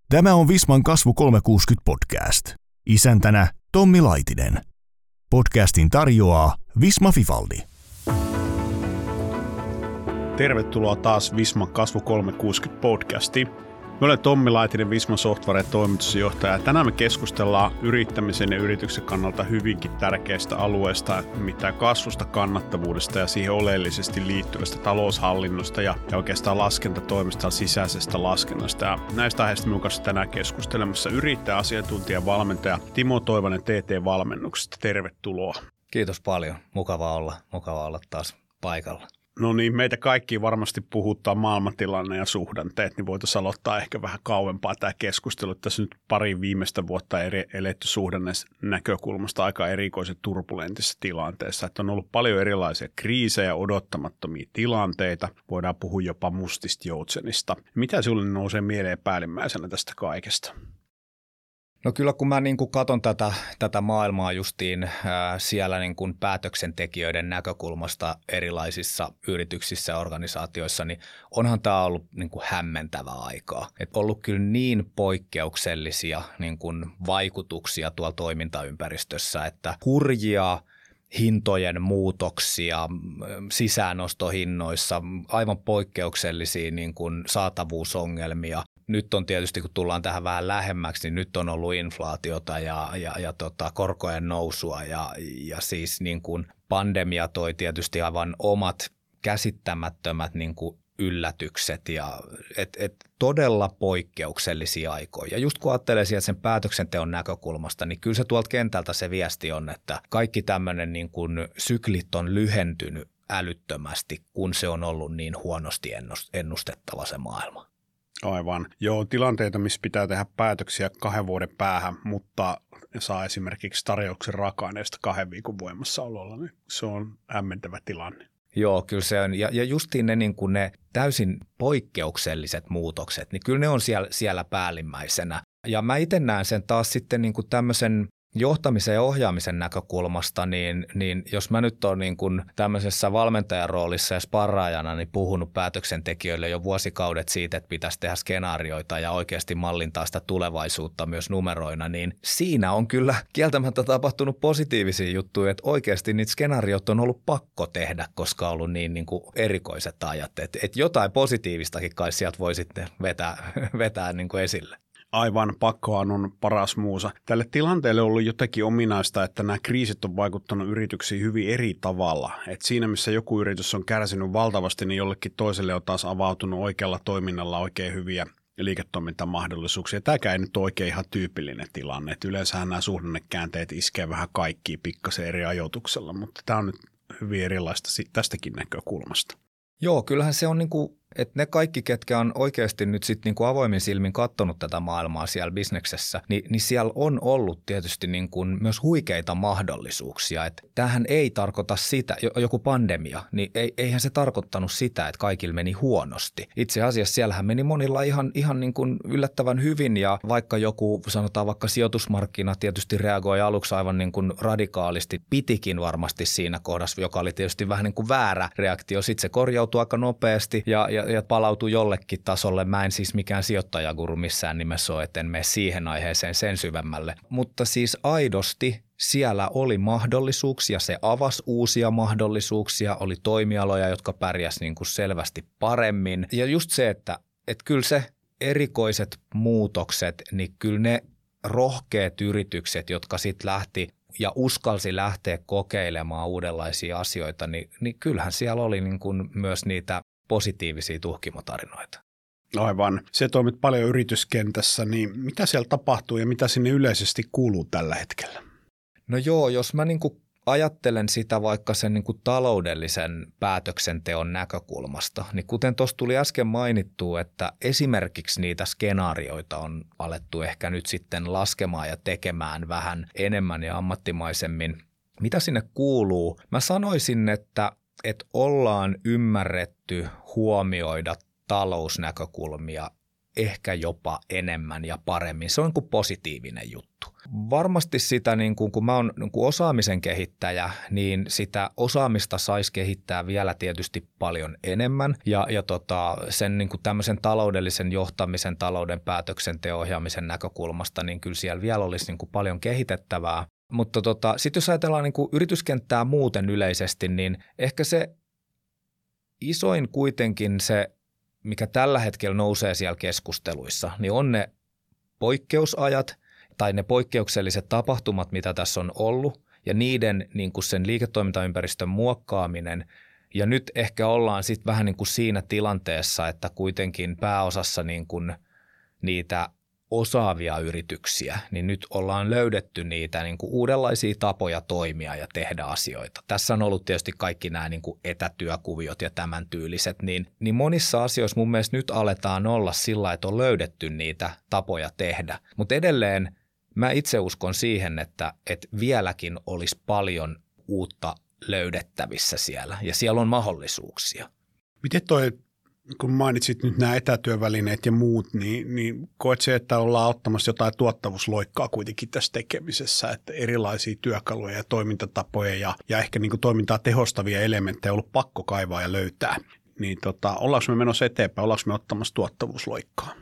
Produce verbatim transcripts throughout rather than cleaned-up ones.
Tämä on Visman Kasvu kolmesataakuusikymmentä podcast. Isäntänä Tommi Laitinen. Podcastin tarjoaa Visma Fifaldi. Tervetuloa taas Visman Kasvu kolmesataakuusikymmentä podcastiin. Mä olen Tommi Laitinen, Visman Software toimitusjohtaja. Tänään me keskustellaan yrittämisen ja yrityksen kannalta hyvinkin tärkeistä alueista, mitä kasvusta, kannattavuudesta ja siihen oleellisesti liittyvästä taloushallinnosta ja, ja oikeastaan laskentatoimista sisäisestä laskennasta. Ja näistä aiheista minun kanssa tänään keskustelemassa yrittäjä, asiantuntija, valmentaja Timo Toivonen T T-valmennuksesta. Tervetuloa. Kiitos paljon. Mukava olla, mukava olla taas paikalla. No niin, meitä kaikki varmasti puhuttaa maailmantilanne ja suhdanteet, niin voitaisiin aloittaa ehkä vähän kauempaa tämä keskustelu. Tässä nyt pari viimeistä vuotta eri, eletty suhdanne näkökulmasta aika erikoisen turbulentissa tilanteessa, että on ollut paljon erilaisia kriisejä, odottamattomia tilanteita, voidaan puhua jopa mustista joutsenista. Mitä sinulle nousee mieleen päällimmäisenä tästä kaikesta? No kyllä kun mä niin kuin katon tätä, tätä maailmaa justiin ää, siellä niin kuin päätöksentekijöiden näkökulmasta erilaisissa yrityksissä ja organisaatioissa, niin onhan tämä ollut niin kuin hämmentävää aikaa. Et ollut kyllä niin poikkeuksellisia niin kuin vaikutuksia tuolla toimintaympäristössä, että hurjia hintojen muutoksia sisäänostohinnoissa, aivan poikkeuksellisia niin kuin saatavuusongelmia. Nyt on tietysti, kun tullaan tähän vähän lähemmäksi, niin nyt on ollut inflaatiota ja, ja, ja tota, korkojen nousua ja, ja siis niin kuin pandemia toi tietysti aivan omat käsittämättömät niin kuin yllätykset ja et, et todella poikkeuksellisia aikoja. Ja just kun ajattelee sieltä sen päätöksenteon näkökulmasta, niin kyllä se tuolta kentältä se viesti on, että kaikki tämmöinen niin kuin syklit on lyhentynyt älyttömästi, kun se on ollut niin huonosti ennustettava se maailma. Aivan. Joo, tilanteita, missä pitää tehdä päätöksiä kahden vuoden päähän, mutta saa esimerkiksi tarjouksen raaka-aineesta kahden viikon voimassaololla, niin se on hämmentävä tilanne. Joo, kyllä se on. Ja, ja justiin ne, niin kuin ne täysin poikkeukselliset muutokset, niin kyllä ne on siellä, siellä päällimmäisenä. Ja mä itse näen sen taas sitten niin kuin tämmöisen johtamisen ja ohjaamisen näkökulmasta, niin, niin jos mä nyt olen niin kuin tämmöisessä valmentajan roolissa ja sparraajana niin puhunut päätöksentekijöille jo vuosikaudet siitä, että pitäisi tehdä skenaarioita ja oikeasti mallintaa sitä tulevaisuutta myös numeroina, niin siinä on kyllä kieltämättä tapahtunut positiivisia juttuja, että oikeasti niitä skenaariot on ollut pakko tehdä, koska on ollut niin, niin kuin erikoiset ajat, että, että jotain positiivistakin kai sieltä voi sitten vetää, vetää niin kuin esille. Aivan, pakkohan on paras muusa. Tälle tilanteelle on ollut jotenkin ominaista, että nämä kriisit on vaikuttanut yrityksiin hyvin eri tavalla. Et siinä, missä joku yritys on kärsinyt valtavasti, niin jollekin toiselle on taas avautunut oikealla toiminnalla oikein hyviä liiketoimintamahdollisuuksia. Tämäkään ei nyt ole oikein ihan tyypillinen tilanne. Et yleensähän nämä suhdannekäänteet iskee vähän kaikkia pikkasen eri ajoituksella, mutta tämä on nyt hyvin erilaista tästäkin näkökulmasta. Joo, kyllähän se on niin kuin, että ne kaikki, ketkä on oikeasti nyt sitten niin kuin avoimin silmin katsonut tätä maailmaa siellä bisneksessä, niin, niin siellä on ollut tietysti niin kuin myös huikeita mahdollisuuksia. Että tämähän ei tarkoita sitä, joku pandemia, niin ei, eihän se tarkoittanut sitä, että kaikilla meni huonosti. Itse asiassa siellähän meni monilla ihan, ihan niin kuin yllättävän hyvin ja vaikka joku, sanotaan vaikka sijoitusmarkkina tietysti reagoi aluksi aivan niin kuin radikaalisti, pitikin varmasti siinä kohdassa, joka oli tietysti vähän niin kuin väärä reaktio, sitten se korjautui aika nopeasti ja, ja, ja palautui jollekin tasolle. Mä en siis mikään sijoittajaguru missään nimessä ole, etten mene siihen aiheeseen sen syvemmälle. Mutta siis aidosti siellä oli mahdollisuuksia, se avasi uusia mahdollisuuksia, oli toimialoja, jotka pärjäs niin kuin selvästi paremmin. Ja just se, että, että kyllä se erikoiset muutokset, niin kyllä ne rohkeat yritykset, jotka sitten lähti ja uskalsi lähteä kokeilemaan uudenlaisia asioita, niin, niin kyllähän siellä oli niin kuin myös niitä positiivisia tuhkimotarinoita. Aivan. Se toimit paljon yrityskentässä, niin mitä siellä tapahtuu ja mitä sinne yleisesti kuuluu tällä hetkellä? No joo, jos mä niin kuin ajattelen sitä vaikka sen niin kuin taloudellisen päätöksenteon näkökulmasta, niin kuten tuossa tuli äsken mainittua, että esimerkiksi niitä skenaarioita on alettu ehkä nyt sitten laskemaan ja tekemään vähän enemmän ja ammattimaisemmin. Mitä sinne kuuluu? Mä sanoisin, että, että ollaan ymmärretty huomioida talousnäkökulmia ehkä jopa enemmän ja paremmin. Se on niin kuin positiivinen juttu. Varmasti sitä, niin kuin, kun mä oon niin kuin osaamisen kehittäjä, niin sitä osaamista saisi kehittää vielä tietysti paljon enemmän. Ja, ja tota, sen niin kuin tämmöisen taloudellisen johtamisen, talouden päätöksenteon ohjaamisen näkökulmasta, niin kyllä siellä vielä olisi niin kuin paljon kehitettävää. Mutta tota, sitten jos ajatellaan niin kuin yrityskenttää muuten yleisesti, niin ehkä se isoin kuitenkin se, mikä tällä hetkellä nousee siellä keskusteluissa, niin on ne poikkeusajat tai ne poikkeukselliset tapahtumat, mitä tässä on ollut, ja niiden niin kuin sen liiketoimintaympäristön muokkaaminen. Ja nyt ehkä ollaan sitten vähän niin kuin siinä tilanteessa, että kuitenkin pääosassa niin kuin niitä osaavia yrityksiä, niin nyt ollaan löydetty niitä niin kuin uudenlaisia tapoja toimia ja tehdä asioita. Tässä on ollut tietysti kaikki nämä niin kuin etätyökuviot ja tämän tyyliset, niin, niin monissa asioissa mun mielestä nyt aletaan olla sillä, että on löydetty niitä tapoja tehdä. Mutta edelleen mä itse uskon siihen, että, että vieläkin olisi paljon uutta löydettävissä siellä ja siellä on mahdollisuuksia. Miten toi, kun mainitsit nyt nämä etätyövälineet ja muut, niin, niin koet se, että ollaan ottamassa jotain tuottavuusloikkaa kuitenkin tässä tekemisessä, että erilaisia työkaluja ja toimintatapoja ja, ja ehkä niin kuin toimintaa tehostavia elementtejä on ollut pakko kaivaa ja löytää. Niin tota, ollaanko me menossa eteenpäin, ollaanko me ottamassa tuottavuusloikkaa?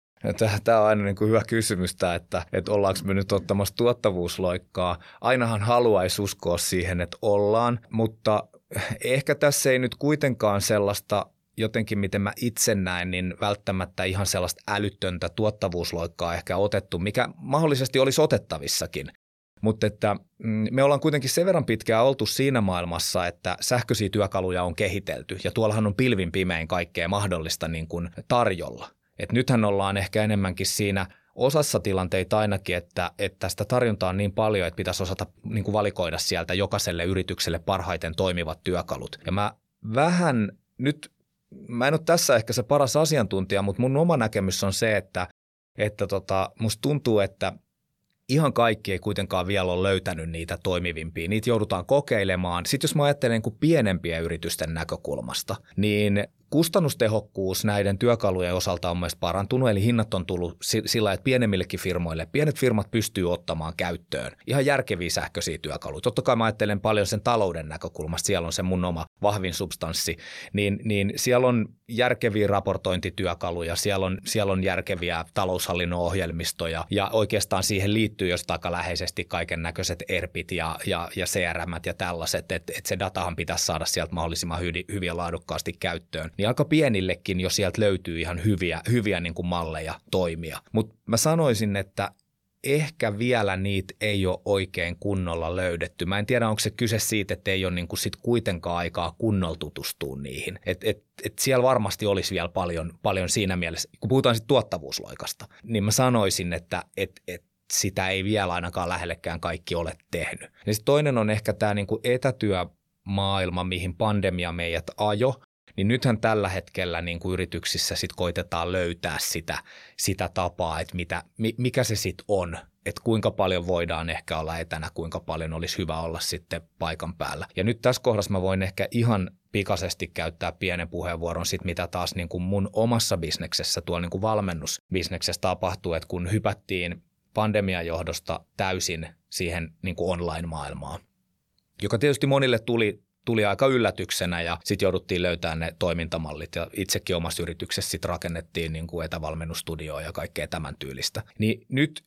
Tämä on aina niin kuin hyvä kysymys, että, että ollaanko me nyt ottamassa tuottavuusloikkaa. Ainahan haluaisi uskoa siihen, että ollaan, mutta ehkä tässä ei nyt kuitenkaan sellaista jotenkin, miten mä itse näen, niin välttämättä ihan sellaista älyttöntä tuottavuusloikkaa ehkä otettu, mikä mahdollisesti olisi otettavissakin. Mutta että me ollaan kuitenkin sen verran pitkään oltu siinä maailmassa, että sähköisiä työkaluja on kehitelty ja tuollahan on pilvin pimein kaikkea mahdollista niin kuin tarjolla. Et nythän ollaan ehkä enemmänkin siinä osassa tilanteita ainakin, että, että sitä tarjontaa on niin paljon, että pitäisi osata niin kuin valikoida sieltä jokaiselle yritykselle parhaiten toimivat työkalut. Ja mä vähän nyt, mä en ole tässä ehkä se paras asiantuntija, mutta mun oma näkemys on se, että, että tota, musta tuntuu, että ihan kaikki ei kuitenkaan vielä ole löytänyt niitä toimivimpia. Niitä joudutaan kokeilemaan. Sitten jos mä ajattelen niin kuin pienempien yritysten näkökulmasta, niin kustannustehokkuus näiden työkalujen osalta on mielestäni parantunut, eli hinnat on tullut sillä, että pienemmillekin firmoille, pienet firmat pystyy ottamaan käyttöön ihan järkeviä sähköisiä työkaluja. Totta kai mä ajattelen paljon sen talouden näkökulmasta, siellä on se mun oma vahvin substanssi, niin, niin siellä on järkeviä raportointityökaluja, siellä on, siellä on järkeviä taloushallinnon ohjelmistoja ja oikeastaan siihen liittyy jos aika läheisesti kaiken näköiset E R Pit ja, ja, ja C R M:t ja tällaiset, että et se datahan pitäisi saada sieltä mahdollisimman hyvin, hyvin ja laadukkaasti käyttöön. Niin aika pienillekin jo sieltä löytyy ihan hyviä, hyviä niin kuin malleja toimia. Mutta mä sanoisin, että ehkä vielä niitä ei ole oikein kunnolla löydetty. Mä en tiedä, onko se kyse siitä, että ei ole niin kuin sit kuitenkaan aikaa kunnolla tutustua niihin. Et, et, et siellä varmasti olisi vielä paljon, paljon siinä mielessä, kun puhutaan sitten tuottavuusloikasta, niin mä sanoisin, että et, et sitä ei vielä ainakaan lähellekään kaikki ole tehnyt. Ja sit toinen on ehkä tämä niin kuin etätyömaailma, mihin pandemia meidät ajo. Niin nythän tällä hetkellä niin kuin yrityksissä sit koitetaan löytää sitä, sitä tapaa, että mitä, mikä se sitten on, että kuinka paljon voidaan ehkä olla etänä, kuinka paljon olisi hyvä olla sitten paikan päällä. Ja nyt tässä kohdassa mä voin ehkä ihan pikaisesti käyttää pienen puheenvuoron sit, mitä taas niin kuin mun omassa bisneksessä, tuolla niin kuin valmennusbisneksessä tapahtuu, että kun hypättiin pandemian johdosta täysin siihen niin kuin online-maailmaan, joka tietysti monille tuli tuli aika yllätyksenä ja sitten jouduttiin löytämään ne toimintamallit ja itsekin omassa yrityksessä sitten rakennettiin niin kuin etävalmennustudioa ja kaikkea tämän tyylistä. Niin nyt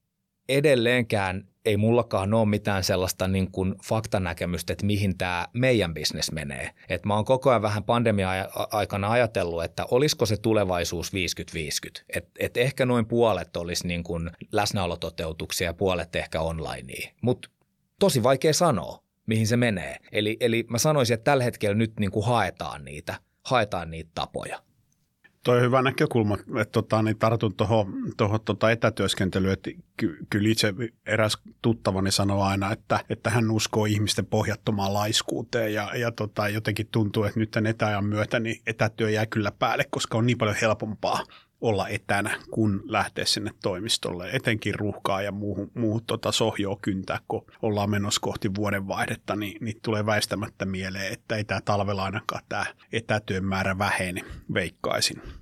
edelleenkään ei mullakaan ole mitään sellaista niin kuin faktanäkemystä, että mihin tämä meidän bisnes menee. Et mä oon koko ajan vähän pandemia-aikana ajatellut, että olisiko se tulevaisuus viisikymmentä viisikymmentä. Että et ehkä noin puolet olisi niin kuin läsnäolototeutuksia ja puolet ehkä onlinea. Mutta tosi vaikea sanoa, mihin se menee. Eli, eli mä sanoisin, että tällä hetkellä nyt niin kuin haetaan niitä, haetaan niitä tapoja. Toi on hyvä näkökulma, että tota, niin tartun tuohon tota etätyöskentelyyn, että ky, kyllä itse eräs tuttavani sanoo aina, että, että hän uskoo ihmisten pohjattomaan laiskuuteen ja, ja tota, jotenkin tuntuu, että nyt tämän etäajan myötä niin etätyö jää kyllä päälle, koska on niin paljon helpompaa olla etänä, kun lähtee sinne toimistolle, etenkin ruuhkaa ja muuhun, muuhun tota sohjoa kyntää, kun ollaan menossa kohti vuodenvaihdetta, niin, niin tulee väistämättä mieleen, että ei tämä talvella ainakaan tämä etätyön määrä vähene, veikkaisin.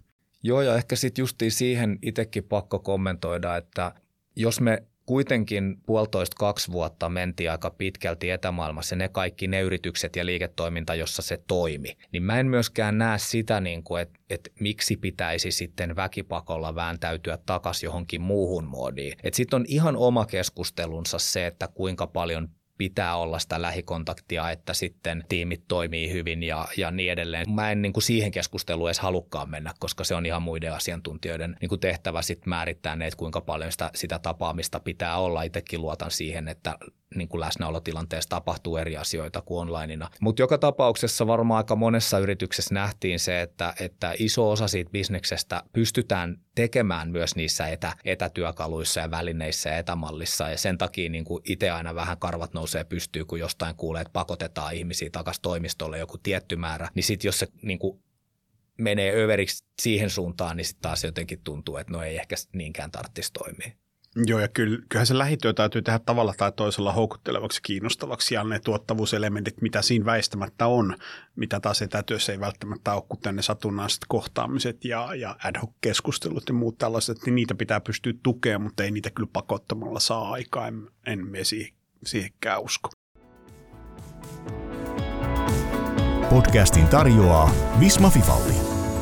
Joo, ja ehkä sitten justiin siihen itsekin pakko kommentoida, että jos me kuitenkin puolitoista kaksi vuotta mentiin aika pitkälti etämaailmassa ja ne kaikki ne yritykset ja liiketoiminta, jossa se toimi, niin mä en myöskään näe sitä, niin kuin, että, että miksi pitäisi sitten väkipakolla vääntäytyä takaisin johonkin muuhun moodiin. Sitten on ihan oma keskustelunsa se, että kuinka paljon pitää olla sitä lähikontaktia, että sitten tiimit toimii hyvin ja, ja niin edelleen. Mä en niin kuin siihen keskusteluun edes halukkaan mennä, koska se on ihan muiden asiantuntijoiden niin kuin tehtävä sitten määrittää ne, että kuinka paljon sitä, sitä tapaamista pitää olla. Itsekin luotan siihen, että niin kuin läsnäolotilanteessa tapahtuu eri asioita kuin onlineina. Mutta joka tapauksessa varmaan aika monessa yrityksessä nähtiin se, että, että iso osa siitä bisneksestä pystytään tekemään myös niissä etä, etätyökaluissa ja välineissä ja etämallissa. Ja sen takia niin kuin itse aina vähän karvat nousee pystyy, kun jostain kuulee, että pakotetaan ihmisiä takaisin toimistolle joku tietty määrä. Niin sitten jos se niin kuin menee överiksi siihen suuntaan, niin sitten taas jotenkin tuntuu, että no ei ehkä niinkään tarvitsisi toimia. Joo, ja kyllähän se lähityö täytyy tehdä tavalla tai toisella houkuttelevaksi, kiinnostavaksi, ja ne tuottavuuselementit, mitä siinä väistämättä on, mitä taas etätyössä ei välttämättä ole, kuten ne satunnaiset kohtaamiset ja, ja ad hoc-keskustelut ja muut tällaiset, niin niitä pitää pystyä tukemaan, mutta ei niitä kyllä pakottamalla saa aikaa, en, en mene siihen, siihenkään usko. Podcastin tarjoaa Visma Fifalli.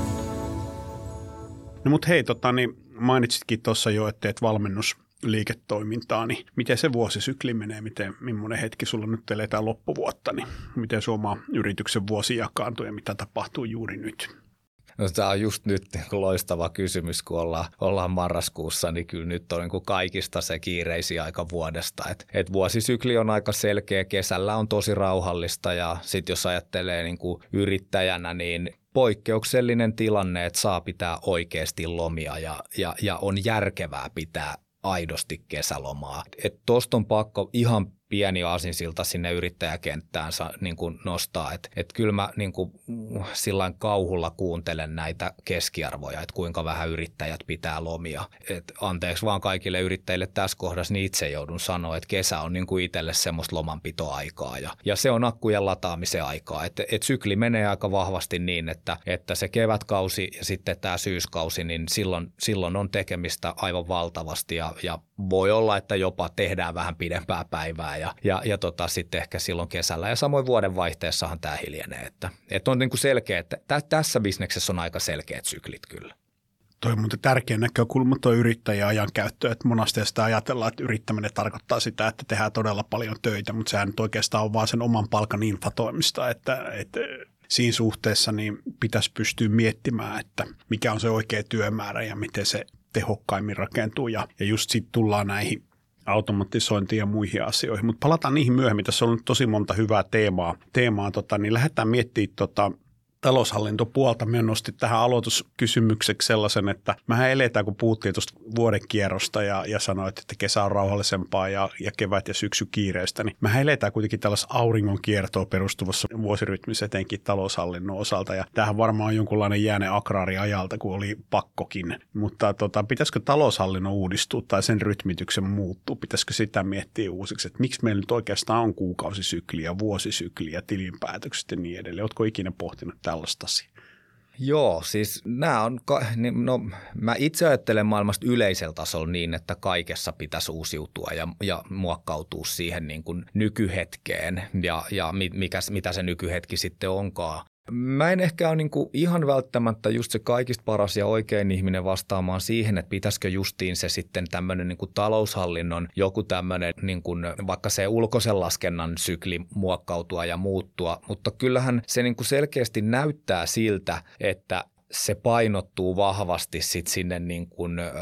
No mut hei, tota, niin mainitsitkin tuossa jo, että teet valmennusliiketoimintaa, niin miten se vuosisykli menee, miten, millainen hetki sulla nyt eletään loppuvuotta, niin miten sun oma yrityksen vuosi jakaantuu ja mitä tapahtuu juuri nyt? No, tämä on just nyt loistava kysymys, kun ollaan, ollaan marraskuussa, niin kyllä nyt on niin kuin kaikista se kiireisin aika vuodesta. Et, et vuosisykli on aika selkeä, kesällä on tosi rauhallista ja sitten jos ajattelee niin kuin yrittäjänä, niin poikkeuksellinen tilanne, että saa pitää oikeasti lomia ja, ja, ja on järkevää pitää aidosti kesälomaa. Tuosta on pakko ihan pieni aasinsilta sinne yrittäjäkenttään niin kuin nostaa. Että et kyllä mä niin kuin sillain kauhulla kuuntelen näitä keskiarvoja, että kuinka vähän yrittäjät pitää lomia. Et anteeksi vaan kaikille yrittäjille tässä kohdassa, niin itse joudun sanoa, että kesä on niin kuin itselle semmoista lomanpitoaikaa. Ja, ja se on akkujen lataamisen aikaa. Että et sykli menee aika vahvasti niin, että, että se kevätkausi ja sitten tämä syyskausi, niin silloin, silloin on tekemistä aivan valtavasti ja, ja voi olla, että jopa tehdään vähän pidempää päivää ja, ja, ja tota, sitten ehkä silloin kesällä ja samoin vuoden vaihteessahan tämä hiljenee. Että, että on niin kuin selkeä, että tä, tässä bisneksessä on aika selkeät syklit kyllä. Toi on muuten tärkeä näkökulma tuo yrittäjän ajankäyttö, että monasti sitä ajatellaan, että yrittäminen tarkoittaa sitä, että tehdään todella paljon töitä, mutta sehän nyt oikeastaan on vaan sen oman palkan inflatoimista, että, että siinä suhteessa niin pitäisi pystyä miettimään, että mikä on se oikea työmäärä ja miten se tehokkaimmin rakentuu ja, ja just sitten tullaan näihin automatisointiin ja muihin asioihin, mutta palataan niihin myöhemmin. Tässä on nyt tosi monta hyvää teemaa, teemaa tota, niin lähdetään miettimään tota, taloushallintopuolta. Me nostin tähän aloituskysymykseksi sellaisen, että mehän eletään, kun puhuttiin tuosta vuoden kierrosta ja, ja sanoit, että kesä on rauhallisempaa ja, ja kevät ja syksy kiireistä, niin mehän eletään kuitenkin tällaisessa auringon kiertoon perustuvassa vuosirytmissä etenkin taloushallinnon osalta. Ja tämähän varmaan on jonkunlainen jääne agraariajalta, kun oli pakkokin. Mutta tota, pitäisikö taloushallinnon uudistua tai sen rytmityksen muuttua? Pitäisikö sitä miettiä uusiksi, että miksi meillä nyt oikeastaan on kuukausisykli ja vuosisykli ja tilinpäätökset ja niin edelleen? Oletko ikinä pohtinut tällaista asiaa? Joo, siis nämä on, no mä itse ajattelen maailmasta yleisellä tasolla niin, että kaikessa pitäisi uusiutua ja, ja muokkautua siihen niin kuin nykyhetkeen ja, ja mikä, mitä se nykyhetki sitten onkaan. Mä en ehkä ole niin kuin ihan välttämättä just se kaikista paras ja oikein ihminen vastaamaan siihen, että pitäisikö justiin se sitten tämmöinen niin kuin taloushallinnon joku tämmöinen niin kuin vaikka se ulkoisen laskennan sykli muokkautua ja muuttua, mutta kyllähän se niin kuin selkeästi näyttää siltä, että se painottuu vahvasti sit sinne niin kuin, ä,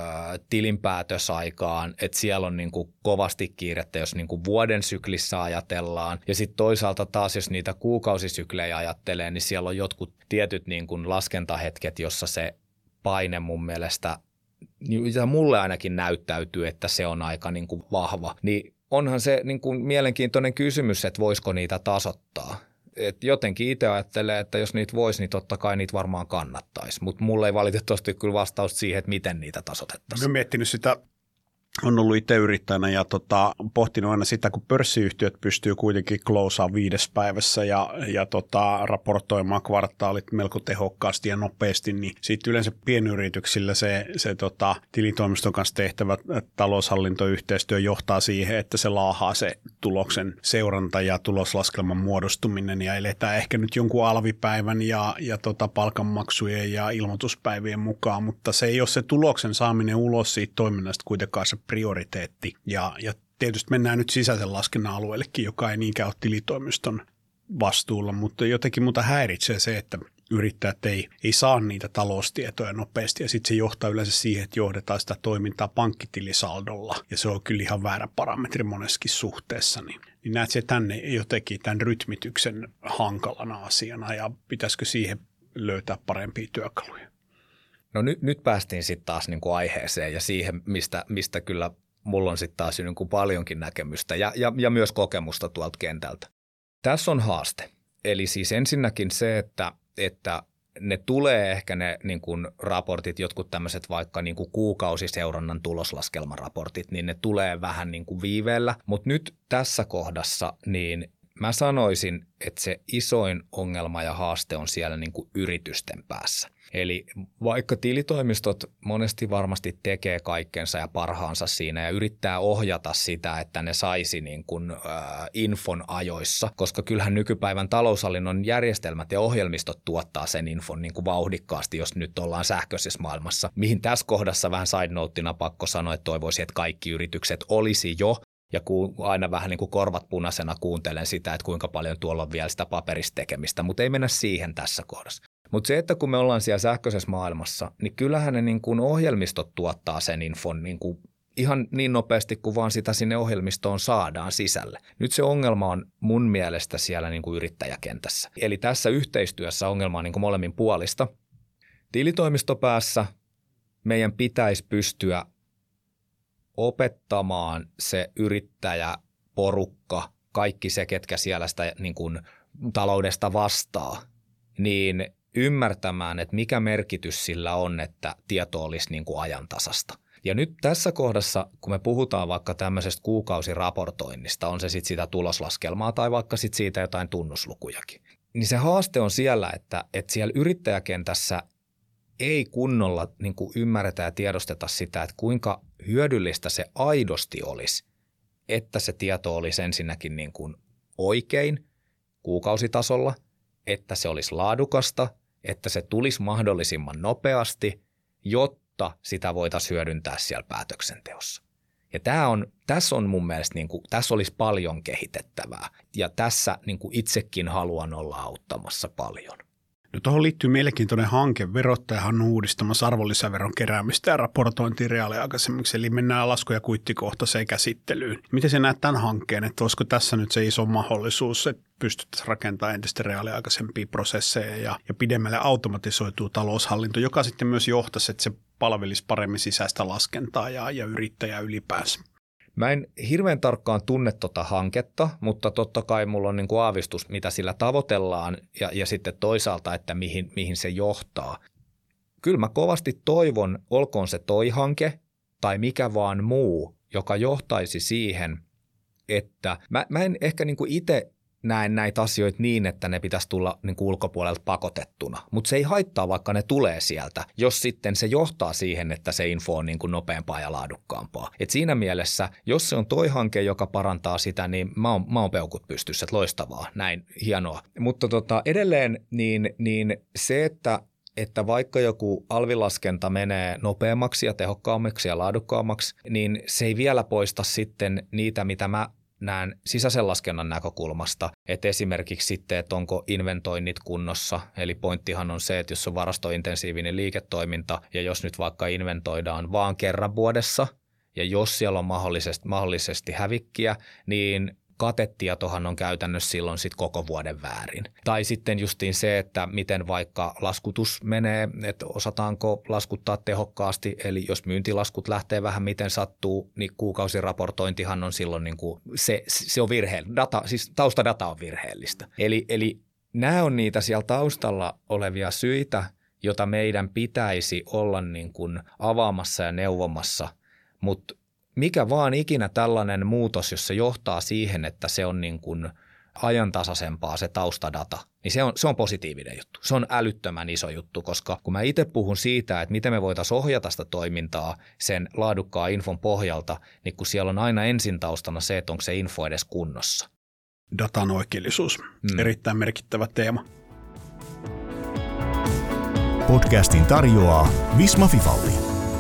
tilinpäätösaikaan, että siellä on niin kuin kovasti kiirettä, jos niin kuin vuoden syklissä ajatellaan. Ja sitten toisaalta taas, jos niitä kuukausisyklejä ajattelee, niin siellä on jotkut tietyt niin kuin laskentahetket, jossa se paine mun mielestä, ja mulle ainakin näyttäytyy, että se on aika niin kuin vahva. Niin onhan se niin kuin mielenkiintoinen kysymys, että voisiko niitä tasoittaa. Et jotenkin itse ajattelee, että jos niitä voisi, niin totta kai niitä varmaan kannattaisi. Mutta mulla ei valitettavasti kyllä vastaus siihen, että miten niitä tasoitettaisiin. Olen miettinyt sitä on ollut itse yrittäjänä ja tota, pohtinut aina sitä, kun pörssiyhtiöt pystyy kuitenkin closaan viides päivässä ja, ja tota, raportoimaan kvartaalit melko tehokkaasti ja nopeasti, niin sitten yleensä pienyrityksillä se, se tota, tilitoimiston kanssa tehtävä taloushallintoyhteistyö johtaa siihen, että se laahaa se tuloksen seuranta ja tuloslaskelman muodostuminen ja eletään ehkä nyt jonkun alvipäivän ja, ja tota, palkanmaksujen ja ilmoituspäivien mukaan, mutta se ei ole se tuloksen saaminen ulos siitä toiminnasta kuitenkaan se prioriteetti. Ja, ja tietysti mennään nyt sisäisen laskennan alueellekin, joka ei niinkään ole tilitoimiston vastuulla, mutta jotenkin muuta häiritsee se, että yrittäjät ei, ei saa niitä taloustietoja nopeasti ja sitten se johtaa yleensä siihen, että johdetaan sitä toimintaa pankkitilisaldolla ja se on kyllä ihan väärä parametri moneskin suhteessa. Niin, niin näet se tänne jotenkin tämän rytmityksen hankalana asiana ja pitäisikö siihen löytää parempia työkaluja? No nyt, nyt päästiin sitten taas niin kuin aiheeseen ja siihen, mistä, mistä kyllä mulla on sitten taas niin kuin paljonkin näkemystä ja, ja, ja myös kokemusta tuolta kentältä. Tässä on haaste. Eli siis ensinnäkin se, että, että ne tulee ehkä ne niin kuin raportit, jotkut tämmöiset vaikka niin kuin kuukausiseurannan tuloslaskelmaraportit, niin ne tulee vähän niin kuin viiveellä. Mutta nyt tässä kohdassa niin mä sanoisin, että se isoin ongelma ja haaste on siellä niin kuin yritysten päässä. Eli vaikka tilitoimistot monesti varmasti tekee kaikkensa ja parhaansa siinä ja yrittää ohjata sitä, että ne saisi niin kuin, äh, infon ajoissa, koska kyllähän nykypäivän taloushallinnon järjestelmät ja ohjelmistot tuottaa sen infon niin kuin vauhdikkaasti, jos nyt ollaan sähköisessä maailmassa. Mihin tässä kohdassa vähän side noteina pakko sanoa, että toivoisin, että kaikki yritykset olisi jo. Ja ku, aina vähän niin kuin korvat punaisena kuuntelen sitä, että kuinka paljon tuolla on vielä sitä paperista tekemistä, mutta ei mennä siihen tässä kohdassa. Mutta se, että kun me ollaan siellä sähköisessä maailmassa, niin kyllähän ne niin kuin ohjelmistot tuottaa sen infon niin kuin ihan niin nopeasti kuin vaan sitä sinne ohjelmistoon saadaan sisälle. Nyt se ongelma on mun mielestä siellä niin kuin yrittäjäkentässä. Eli tässä yhteistyössä ongelma on niin kuin molemmin puolista. Tilitoimistopäässä meidän pitäisi pystyä opettamaan se yrittäjäporukka, kaikki se, ketkä siellä sitä niin kuin taloudesta vastaa, niin ymmärtämään, että mikä merkitys sillä on, että tieto olisi niin kuin ajantasasta. Ja nyt tässä kohdassa, kun me puhutaan vaikka tämmöisestä kuukausiraportoinnista, on se sitten sitä tuloslaskelmaa tai vaikka sitten siitä jotain tunnuslukujakin, niin se haaste on siellä, että, että siellä yrittäjäkentässä ei kunnolla niin kuin ymmärretä ja tiedosteta sitä, että kuinka hyödyllistä se aidosti olisi, että se tieto olisi ensinnäkin niin kuin oikein kuukausitasolla, että se olisi laadukasta, että se tulisi mahdollisimman nopeasti, jotta sitä voitaisiin hyödyntää siellä päätöksenteossa. Ja tämä on, tässä on mun mielestä, niin kuin, tässä olisi paljon kehitettävää ja tässä niin kuin itsekin haluan olla auttamassa paljon. No tuohon liittyy mielenkiintoinen hanke. Verottajahan on uudistamassa arvonlisäveron keräämistä ja raportointia reaaliaikaisemmiksi, eli mennään lasku- ja kuittikohtaiseen käsittelyyn. Miten sä näet tämän hankkeen, että olisiko tässä nyt se iso mahdollisuus, että pystyttäisiin rakentamaan entistä reaaliaikaisempia prosesseja ja, ja pidemmälle automatisoituu taloushallinto, joka sitten myös johtaisi, että se palvelisi paremmin sisäistä laskentaa ja, ja yrittäjää ylipäänsä? Mä en hirveän tarkkaan tunne tota hanketta, mutta totta kai mulla on niin kuin aavistus, mitä sillä tavoitellaan ja, ja sitten toisaalta, että mihin, mihin se johtaa. Kyllä mä kovasti toivon, olkoon se toi hanke tai mikä vaan muu, joka johtaisi siihen, että mä, mä en ehkä niin kuin itse näen näitä asioita niin, että ne pitäisi tulla niin kuin ulkopuolelta pakotettuna, mutta se ei haittaa, vaikka ne tulee sieltä, jos sitten se johtaa siihen, että se info on niin kuin nopeampaa ja laadukkaampaa. Et siinä mielessä, jos se on toi hanke, joka parantaa sitä, niin mä oon, mä oon peukut pystyssä, että loistavaa, näin, hienoa. Mutta tota, edelleen niin, niin se, että että vaikka joku alvilaskenta menee nopeammaksi ja tehokkaammaksi ja laadukkaammaksi, niin se ei vielä poista sitten niitä, mitä mä näen sisäisen laskennan näkökulmasta, että esimerkiksi sitten, että onko inventoinnit kunnossa, eli pointtihan on se, että jos on varastointensiivinen liiketoiminta ja jos nyt vaikka inventoidaan vaan kerran vuodessa ja jos siellä on mahdollisesti, mahdollisesti hävikkiä, niin katetietohan on käytännössä silloin sit koko vuoden väärin. Tai sitten justiin se, että miten vaikka laskutus menee, että osataanko laskuttaa tehokkaasti, eli jos myyntilaskut lähtee vähän miten sattuu, niin kuukausiraportointihan on silloin niin kuin se, se on virheellistä, data, siis taustadata on virheellistä. Eli, eli nämä on niitä siellä taustalla olevia syitä, jota meidän pitäisi olla niin kuin avaamassa ja neuvomassa, mutta mikä vaan ikinä tällainen muutos, jos se johtaa siihen, että se on niin kuin ajantasaisempaa se taustadata, niin se on, se on positiivinen juttu. Se on älyttömän iso juttu, koska kun mä itse puhun siitä, että miten me voitaisiin ohjata sitä toimintaa sen laadukkaan infon pohjalta, niin kun siellä on aina ensin taustana se, että onko se info edes kunnossa. Datan oikeellisuus. Mm. Erittäin merkittävä teema. Podcastin tarjoaa Visma Fifalli.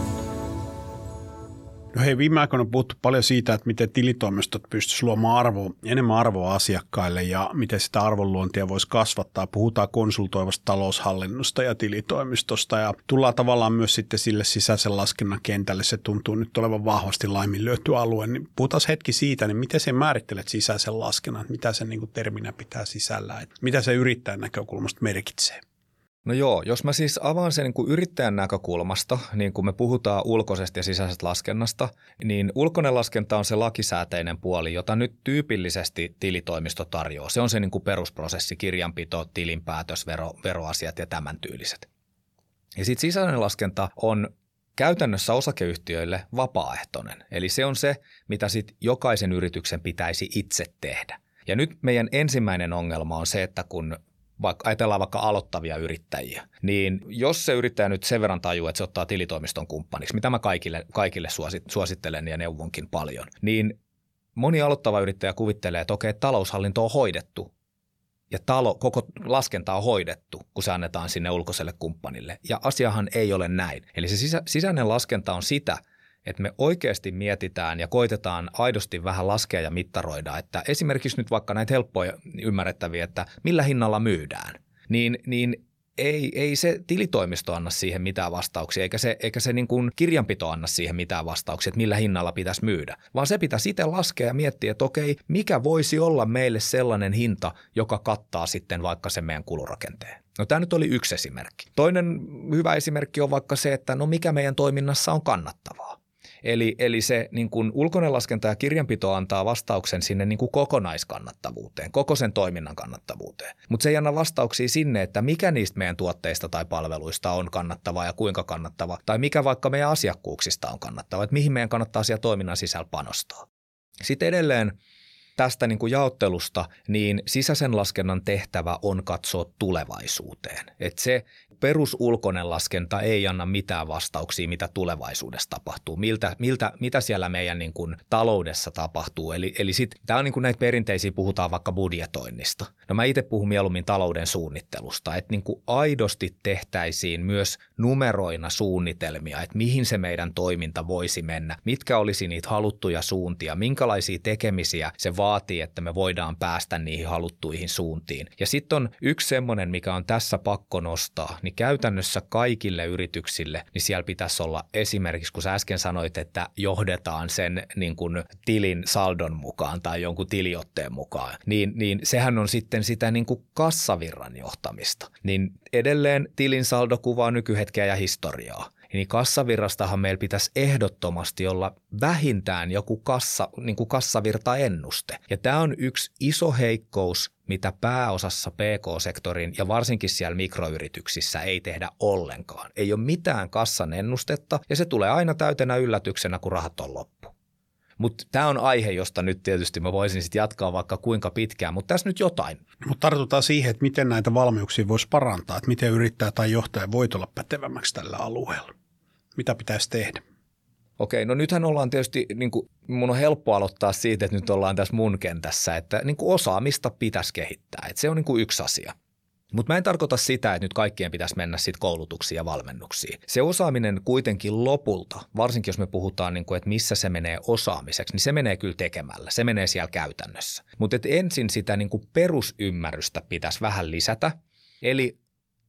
No hei, viime aikoina on puhuttu paljon siitä, että miten tilitoimistot pystyisivät luomaan arvoa, enemmän arvoa asiakkaille ja miten sitä arvonluontia voisi kasvattaa. Puhutaan konsultoivasta taloushallinnosta ja tilitoimistosta ja tullaan tavallaan myös sitten sille sisäisen laskennan kentälle. Se tuntuu nyt olevan vahvasti laiminlyöty alue. Niin puhutaan hetki siitä, niin miten se määrittelet sisäisen laskennan, mitä se niin kuin terminä pitää sisällään, että mitä se yrittäjän näkökulmasta merkitsee? No joo, jos mä siis avaan sen niin kuin yrittäjän näkökulmasta, niin kun me puhutaan ulkoisesta ja sisäisestä laskennasta, niin ulkoinen laskenta on se lakisääteinen puoli, jota nyt tyypillisesti tilitoimisto tarjoaa. Se on se niin kuin perusprosessi, kirjanpito, tilinpäätös, vero, veroasiat ja tämän tyyliset. Ja sitten sisäinen laskenta on käytännössä osakeyhtiöille vapaaehtoinen, eli se on se, mitä sitten jokaisen yrityksen pitäisi itse tehdä. Ja nyt meidän ensimmäinen ongelma on se, että kun vaikka ajatellaan vaikka aloittavia yrittäjiä, niin jos se yrittäjä nyt sen verran tajuu, että se ottaa tilitoimiston kumppaniksi, mitä mä kaikille, kaikille suosittelen ja neuvonkin paljon, niin moni aloittava yrittäjä kuvittelee, että okei, taloushallinto on hoidettu ja talo, koko laskenta on hoidettu, kun se annetaan sinne ulkoiselle kumppanille. Ja asiahan ei ole näin. Eli se sisä, sisäinen laskenta on sitä, että me oikeasti mietitään ja koitetaan aidosti vähän laskea ja mittaroida, että esimerkiksi nyt vaikka näitä helppoja ymmärrettäviä, että millä hinnalla myydään, niin, niin ei, ei se tilitoimisto anna siihen mitään vastauksia, eikä se, eikä se niin kuin kirjanpito anna siihen mitään vastauksia, että millä hinnalla pitäisi myydä, vaan se pitäisi itse laskea ja miettiä, että okei, mikä voisi olla meille sellainen hinta, joka kattaa sitten vaikka sen meidän kulurakenteen. No tämä nyt oli yksi esimerkki. Toinen hyvä esimerkki on vaikka se, että no mikä meidän toiminnassa on kannattavaa. Eli, eli se niin kuin ulkoinen laskenta ja kirjanpito antaa vastauksen sinne niin kuin kokonaiskannattavuuteen, koko sen toiminnan kannattavuuteen. Mutta se ei anna vastauksia sinne, että mikä niistä meidän tuotteista tai palveluista on kannattavaa ja kuinka kannattava, tai mikä vaikka meidän asiakkuuksista on kannattava, että mihin meidän kannattaa siellä toiminnan sisällä panostaa. Sitten edelleen tästä niin kuin jaottelusta, niin sisäisen laskennan tehtävä on katsoa tulevaisuuteen. Että se perusulkoinen laskenta ei anna mitään vastauksia, mitä tulevaisuudessa tapahtuu, miltä, miltä, mitä siellä meidän niin kuin taloudessa tapahtuu. Eli, eli sitten tämä on niin kuin näitä perinteisiä, puhutaan vaikka budjetoinnista. No mä itse puhun mieluummin talouden suunnittelusta, että niin kuin aidosti tehtäisiin myös numeroina suunnitelmia, että mihin se meidän toiminta voisi mennä, mitkä olisi niitä haluttuja suuntia, minkälaisia tekemisiä se vaatii, että me voidaan päästä niihin haluttuihin suuntiin. Ja sitten on yksi semmoinen, mikä on tässä pakko nostaa, niin käytännössä kaikille yrityksille, niin siellä pitäisi olla esimerkiksi, kun sä äsken sanoit, että johdetaan sen niin kuin tilin saldon mukaan tai jonkun tiliotteen mukaan, niin, niin sehän on sitten sitä niin kuin kassavirran johtamista. Niin edelleen tilin saldo kuvaa nykyhetkeä ja historiaa. Niin kassavirrastahan meillä pitäisi ehdottomasti olla vähintään joku kassa, niin kuin kassavirtaennuste. Ja tämä on yksi iso heikkous, mitä pääosassa P K-sektorin ja varsinkin siellä mikroyrityksissä ei tehdä ollenkaan. Ei ole mitään kassan ennustetta ja se tulee aina täytenä yllätyksenä, kun rahat on loppu. Mutta tämä on aihe, josta nyt tietysti mä voisin sitten jatkaa vaikka kuinka pitkään, mutta tässä nyt jotain. Mutta tartutaan siihen, että miten näitä valmiuksia voisi parantaa, että miten yrittäjä tai johtaja voi olla pätevämmäksi tällä alueella. Mitä pitäisi tehdä? Okei, no nythän ollaan tietysti, niin kuin, mun on helppo aloittaa siitä, että nyt ollaan tässä mun kentässä, että niin kuin osaamista pitäisi kehittää, että se on niin kuin yksi asia. Mutta mä en tarkoita sitä, että nyt kaikkien pitäisi mennä sitten koulutuksiin ja valmennuksiin. Se osaaminen kuitenkin lopulta, varsinkin jos me puhutaan, niin kuin, että missä se menee osaamiseksi, niin se menee kyllä tekemällä, se menee siellä käytännössä. Mutta ensin sitä niin kuin perusymmärrystä pitäisi vähän lisätä, eli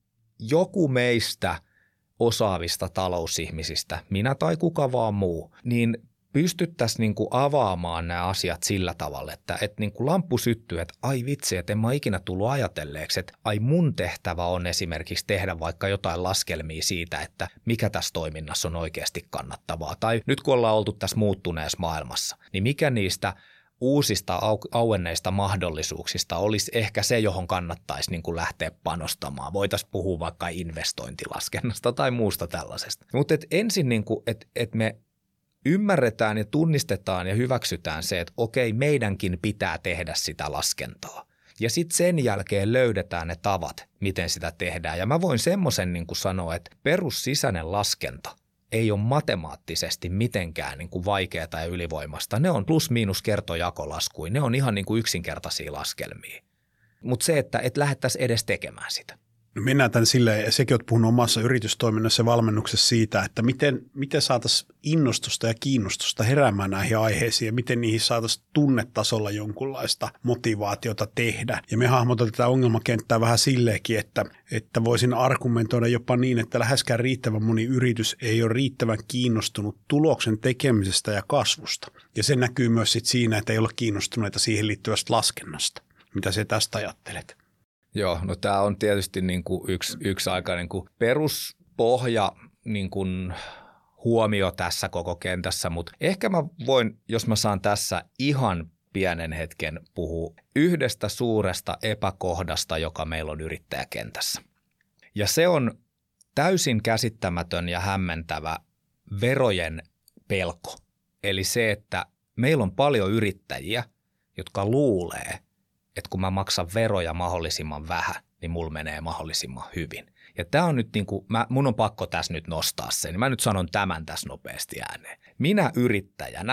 joku meistä osaavista talousihmisistä, minä tai kuka vaan muu, niin pystyttäisiin niin kuin avaamaan nämä asiat sillä tavalla, että, että niin kuin lamppu syttyy, että ai vitsi, että en mä ikinä tullut ajatelleeksi, että ai mun tehtävä on esimerkiksi tehdä vaikka jotain laskelmia siitä, että mikä tässä toiminnassa on oikeasti kannattavaa. Tai nyt kun ollaan oltu tässä muuttuneessa maailmassa, niin mikä niistä uusista au- auenneista mahdollisuuksista olisi ehkä se, johon kannattaisi niin kuin lähteä panostamaan. Voitaisiin puhua vaikka investointilaskennasta tai muusta tällaisesta. Mutta ensin, niin kuin, että et me ymmärretään ja tunnistetaan ja hyväksytään se, että okei, meidänkin pitää tehdä sitä laskentaa. Ja sitten sen jälkeen löydetään ne tavat, miten sitä tehdään. Ja mä voin semmoisen niin kuin sanoa, että perussisäinen laskenta ei ole matemaattisesti mitenkään niin kuin vaikeaa ja ylivoimasta. Ne on plus-miinus kertojakolaskuja. Ne on ihan niin kuin yksinkertaisia laskelmia. Mutta se, että et lähdettäisiin edes tekemään sitä. Mennään tämän silleen, ja sekin olet puhunut omassa yritystoiminnassa ja valmennuksessa siitä, että miten, miten saataisiin innostusta ja kiinnostusta heräämään näihin aiheisiin ja miten niihin saataisiin tunnetasolla jonkunlaista motivaatiota tehdä. Ja me hahmotetaan tätä ongelmakenttää vähän silleenkin, että, että voisin argumentoida jopa niin, että läheskään riittävän moni yritys ei ole riittävän kiinnostunut tuloksen tekemisestä ja kasvusta. Ja se näkyy myös sit siinä, että ei ole kiinnostuneita siihen liittyvästä laskennasta. Mitä sä tästä ajattelet? Joo, no tämä on tietysti niin kuin yksi, yksi aika niin kuin peruspohja niin kuin huomio tässä koko kentässä, mutta ehkä mä voin, jos mä saan tässä ihan pienen hetken puhua yhdestä suuresta epäkohdasta, joka meillä on yrittäjäkentässä. Ja se on täysin käsittämätön ja hämmentävä verojen pelko. Eli se, että meillä on paljon yrittäjiä, jotka luulee, että kun mä maksan veroja mahdollisimman vähän, niin mulla menee mahdollisimman hyvin. Ja tämä on nyt niin kuin, mä, mun on pakko tässä nyt nostaa sen. Mä nyt sanon tämän tässä nopeasti ääneen. Minä yrittäjänä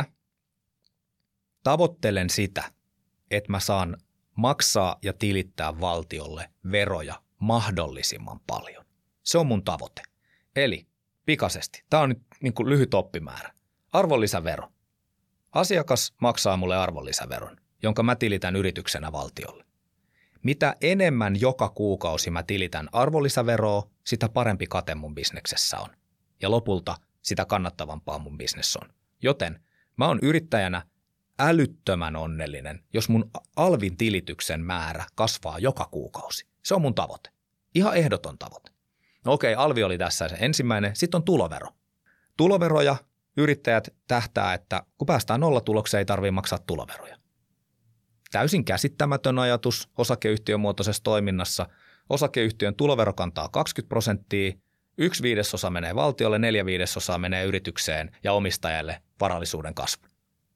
tavoittelen sitä, että mä saan maksaa ja tilittää valtiolle veroja mahdollisimman paljon. Se on mun tavoite. Eli pikaisesti, tämä on nyt niin kuin lyhyt oppimäärä. Arvonlisävero. Asiakas maksaa mulle arvonlisäveron, jonka mä tilitän yrityksenä valtiolle. Mitä enemmän joka kuukausi mä tilitän arvonlisäveroa, sitä parempi kate mun bisneksessä on. Ja lopulta sitä kannattavampaa mun bisnes on. Joten mä oon yrittäjänä älyttömän onnellinen, jos mun alvin tilityksen määrä kasvaa joka kuukausi. Se on mun tavoite. Ihan ehdoton tavoite. No okei, alvi oli tässä se ensimmäinen. Sitten on tulovero. Tuloveroja yrittäjät tähtää, että kun päästään nollatulokseen, ei tarvitse maksaa tuloveroja. Täysin käsittämätön ajatus osakeyhtiömuotoisessa toiminnassa. Osakeyhtiön tulovero kantaa kaksikymmentä prosenttia, yksi viidesosa menee valtiolle, neljä viidesosaa menee yritykseen ja omistajalle varallisuuden kasvu.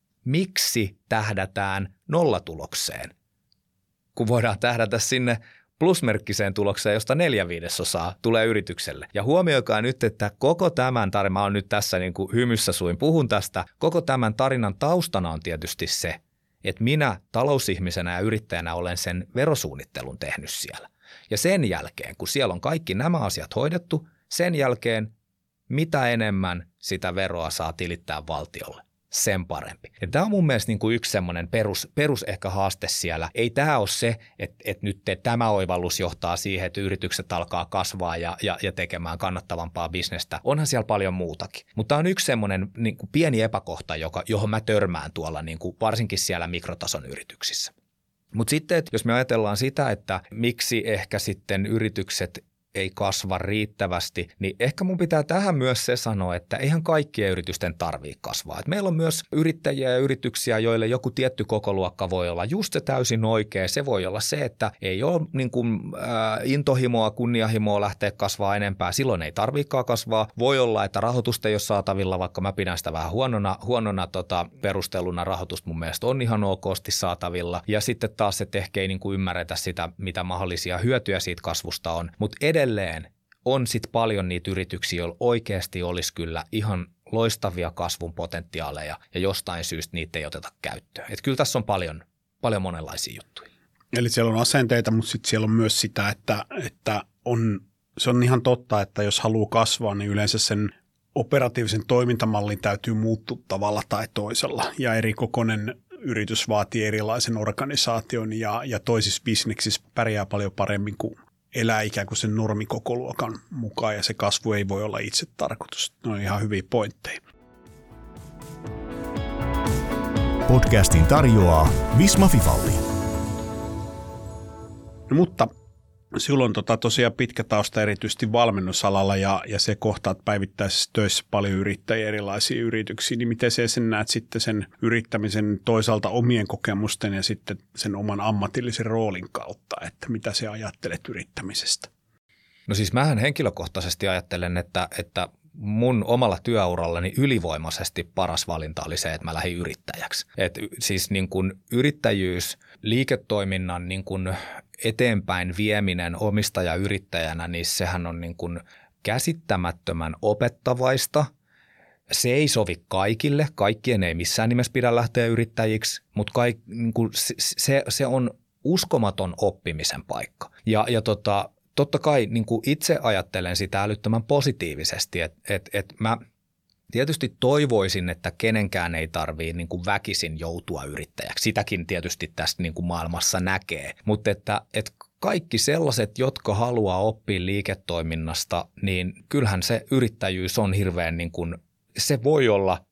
Miksi tähdätään nollatulokseen, kun voidaan tähdätä sinne plusmerkkiseen tulokseen, josta neljä viidesosaa tulee yritykselle? Ja huomioikaa nyt, että koko tämän tarinan, mä oon nyt tässä niin kuin hymyssä suin puhun tästä, koko tämän tarinan taustana on tietysti se, että minä talousihmisenä ja yrittäjänä olen sen verosuunnittelun tehnyt siellä. Ja sen jälkeen, kun siellä on kaikki nämä asiat hoidettu, sen jälkeen mitä enemmän sitä veroa saa tilittää valtiolle, sen parempi. Ja tämä on mun mielestä niin kuin yksi semmoinen perus, perus ehkä haaste siellä. Ei tämä ole se, että, että nyt tämä oivallus johtaa siihen, että yritykset alkaa kasvaa ja, ja, ja tekemään kannattavampaa bisnestä. Onhan siellä paljon muutakin. Mutta tämä on yksi semmoinen niin kuin pieni epäkohta, joka, johon mä törmään tuolla niin kuin varsinkin siellä mikrotason yrityksissä. Mutta sitten, että jos me ajatellaan sitä, että miksi ehkä sitten yritykset ei kasva riittävästi, niin ehkä mun pitää tähän myös se sanoa, että eihän kaikkien yritysten tarvitse kasvaa. Et meillä on myös yrittäjiä ja yrityksiä, joille joku tietty kokoluokka voi olla just se täysin oikea. Se voi olla se, että ei ole niin kuin, äh, intohimoa, kunnianhimoa lähteä kasvaa enempää. Silloin ei tarvitsekaan kasvaa. Voi olla, että rahoitusta ei ole saatavilla, vaikka mä pidän sitä vähän huonona, huonona tota, perusteluna. Rahoitusta mun mielestä on ihan okosti saatavilla. Ja sitten taas, että ehkä ei niin kuin ymmärretä sitä, mitä mahdollisia hyötyjä siitä kasvusta on. Mutta edelleen on sitten paljon niitä yrityksiä, joilla oikeasti olisi kyllä ihan loistavia kasvun potentiaaleja ja jostain syystä niitä ei oteta käyttöön. Et kyllä tässä on paljon, paljon monenlaisia juttuja. Eli siellä on asenteita, mutta sitten siellä on myös sitä, että, että on, se on ihan totta, että jos haluaa kasvaa, niin yleensä sen operatiivisen toimintamallin täytyy muuttua tavalla tai toisella. Ja eri kokoinen yritys vaatii erilaisen organisaation ja, ja toisissa bisneksissä pärjää paljon paremmin kuin elää ikään kuin sen normikokoluokan mukaan ja se kasvu ei voi olla itse tarkoitus. Ne on ihan hyviä pointteja. Podcastin tarjoaa Visma Fifalli. No, mutta sinulla on tota tosiaan pitkä tausta erityisesti valmennusalalla ja, ja se kohtaat päivittäisessä töissä paljon yrittäjiä, erilaisia yrityksiä, niin miten se sen näet sitten sen yrittämisen toisaalta omien kokemusten ja sitten sen oman ammatillisen roolin kautta, että mitä sä ajattelet yrittämisestä? No siis mähän henkilökohtaisesti ajattelen, että, että mun omalla työurallani ylivoimaisesti paras valinta oli se, että mä lähdin yrittäjäksi. Et siis niin kuin yrittäjyys, liiketoiminnan niin kuin eteenpäin vieminen omistajayrittäjänä, niin sehän on niin kuin käsittämättömän opettavaista. Se ei sovi kaikille, kaikkien ei missään nimessä pidä lähteä yrittäjiksi, mutta kaik, niin kuin se, se on uskomaton oppimisen paikka. Ja, ja tota, totta kai niin kuin itse ajattelen sitä älyttömän positiivisesti, että et, et mä tietysti toivoisin, että kenenkään ei tarvitse niin kuin väkisin joutua yrittäjäksi. Sitäkin tietysti tästä niin kuin maailmassa näkee, mutta että, että kaikki sellaiset, jotka haluaa oppia liiketoiminnasta, niin kyllähän se yrittäjyys on hirveän, niin kuin, se voi olla,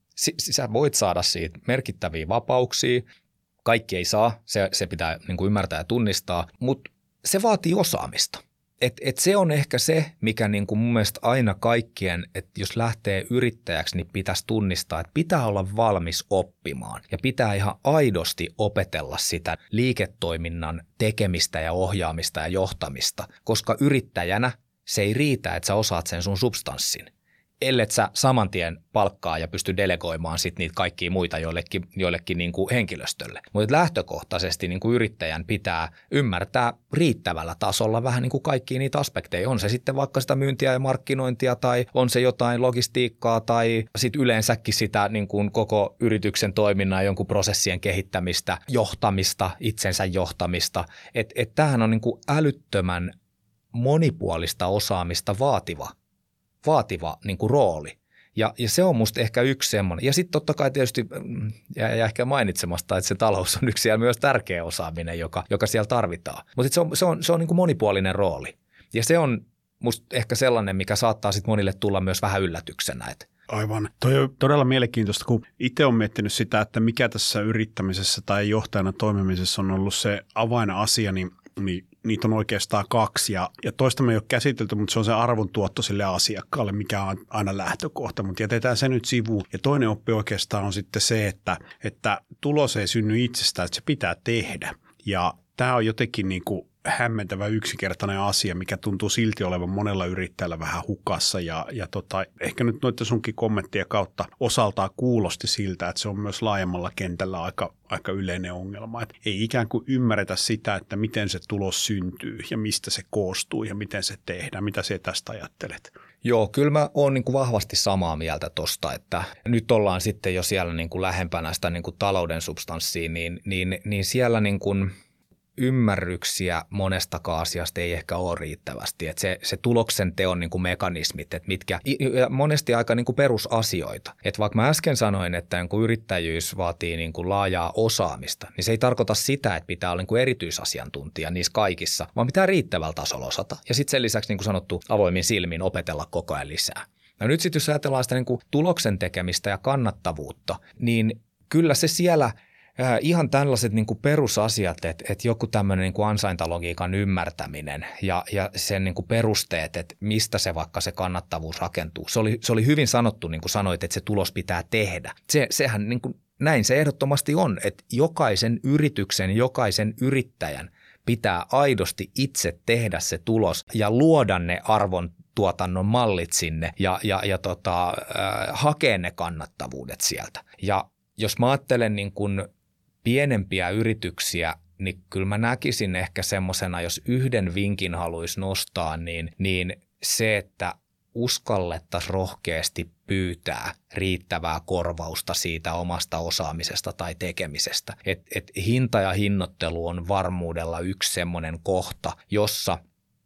sä voit saada siitä merkittäviä vapauksia, kaikki ei saa, se, se pitää niin kuin ymmärtää ja tunnistaa, mutta se vaatii osaamista. Et, et se on ehkä se, mikä niin kuin mun mielestä aina kaikkien, että jos lähtee yrittäjäksi, niin pitäisi tunnistaa, että pitää olla valmis oppimaan ja pitää ihan aidosti opetella sitä liiketoiminnan tekemistä ja ohjaamista ja johtamista, koska yrittäjänä se ei riitä, että sä osaat sen sun substanssin. Ellet sä saman tien palkkaa ja pysty delegoimaan sit niitä kaikkia muita joillekin, joillekin niin kuin henkilöstölle. Mutta lähtökohtaisesti niin kuin yrittäjän pitää ymmärtää riittävällä tasolla vähän niin kuin kaikkia niitä aspekteja. On se sitten vaikka sitä myyntiä ja markkinointia tai on se jotain logistiikkaa tai sitten yleensäkin sitä niin kuin koko yrityksen toiminnan jonkun prosessien kehittämistä, johtamista, itsensä johtamista. Että et tämähän on niin kuin älyttömän monipuolista osaamista vaativa vaativa niin kuin rooli. Ja, ja se on musta ehkä yksi semmoinen. Ja sitten totta kai tietysti, ja, ja ehkä mainitsemasta, että se talous on yksi siellä myös tärkeä osaaminen, joka, joka siellä tarvitaan. Mutta se on, se on, se on niin kuin monipuolinen rooli. Ja se on musta ehkä sellainen, mikä saattaa sitten monille tulla myös vähän yllätyksenä. Että Aivan. Toi on todella mielenkiintoista, kun itse olen miettinyt sitä, että mikä tässä yrittämisessä tai johtajana toimimisessa on ollut se avainasia, niin, niin niitä on oikeastaan kaksi ja, ja toista me ei ole käsitelty, mutta se on se arvontuotto sille asiakkaalle, mikä on aina lähtökohta, mutta jätetään se nyt sivuun. Ja toinen oppi oikeastaan on sitten se, että, että tulos ei synny itsestään, että se pitää tehdä ja tämä on jotenkin niin kuin hämmentävä yksinkertainen asia, mikä tuntuu silti olevan monella yrittäjällä vähän hukassa ja, ja tota, ehkä nyt noiden sunkin kommenttien kautta osaltaan kuulosti siltä, että se on myös laajemmalla kentällä aika, aika yleinen ongelma. Et ei ikään kuin ymmärretä sitä, että miten se tulos syntyy ja mistä se koostuu ja miten se tehdään. Mitä sinä tästä ajattelet? Joo, kyllä mä oon niin kuin vahvasti samaa mieltä tosta, että nyt ollaan sitten jo siellä niin kuin lähempänä sitä niin kuin talouden substanssia, niin, niin, niin siellä niin kuin ymmärryksiä monestakaan asiasta ei ehkä ole riittävästi. Että se, se tuloksen teon niin kuin mekanismit, että mitkä, ja monesti aika niin kuin perusasioita. Että vaikka mä äsken sanoin, että niin kuin yrittäjyys vaatii niin kuin laajaa osaamista, niin se ei tarkoita sitä, että pitää olla niin kuin erityisasiantuntija niissä kaikissa, vaan pitää riittävällä tasolla osata. Ja sitten sen lisäksi, niin kuin sanottu, avoimin silmin opetella koko ajan lisää. No nyt sitten jos ajatellaan sitä niin kuin tuloksen tekemistä ja kannattavuutta, niin kyllä se siellä Äh, ihan tällaiset niin kuin perusasiat, että, että joku tämmöinen niin kuin ansaintalogiikan ymmärtäminen ja, ja sen niin kuin perusteet, että mistä se vaikka se kannattavuus rakentuu. Se oli, se oli hyvin sanottu, niin kuin sanoit, että se tulos pitää tehdä. Se, sehän niin kuin, näin se ehdottomasti on, että jokaisen yrityksen, jokaisen yrittäjän pitää aidosti itse tehdä se tulos ja luoda ne arvon tuotannon mallit sinne ja, ja, ja tota, äh, hakea ne kannattavuudet sieltä. Ja jos mä ajattelen niin kuin pienempiä yrityksiä, niin kyllä mä näkisin ehkä semmoisena, jos yhden vinkin haluaisi nostaa, niin, niin se, että uskallettaisiin rohkeasti pyytää riittävää korvausta siitä omasta osaamisesta tai tekemisestä. Et, et hinta ja hinnoittelu on varmuudella yksi semmoinen kohta, jossa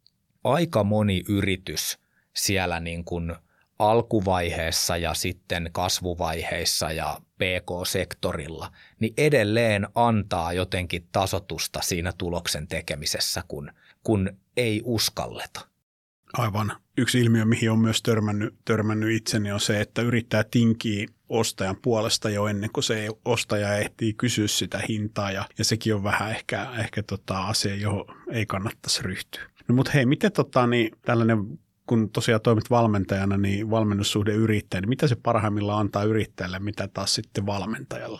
aika moni yritys siellä niin kuin alkuvaiheessa ja sitten kasvuvaiheissa ja P K-sektorilla, niin edelleen antaa jotenkin tasotusta siinä tuloksen tekemisessä, kun, kun ei uskalleta. Aivan. Yksi ilmiö, mihin on myös törmännyt, törmännyt itseni, on se, että yrittää tinkiä ostajan puolesta jo ennen kuin se ostaja ehtii kysyä sitä hintaa, ja, ja sekin on vähän ehkä, ehkä tota asia, johon ei kannattaisi ryhtyä. No mutta hei, miten tota, niin, tällainen, kun tosiaan toimit valmentajana, niin valmennussuhde yrittäjä, niin mitä se parhaimmillaan antaa yrittäjälle, mitä taas sitten valmentajalle?